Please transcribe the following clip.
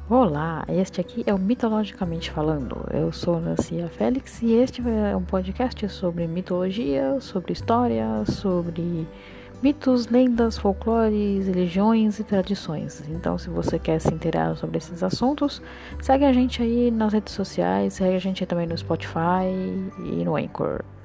Olá, este aqui é o Mitologicamente Falando. Eu sou Nancia Félix e este é um podcast sobre mitologia, sobre história, sobre mitos, lendas, folclores, religiões e tradições. Então, se você quer se inteirar sobre esses assuntos, segue a gente aí nas redes sociais, segue a gente aí também no Spotify e no Anchor.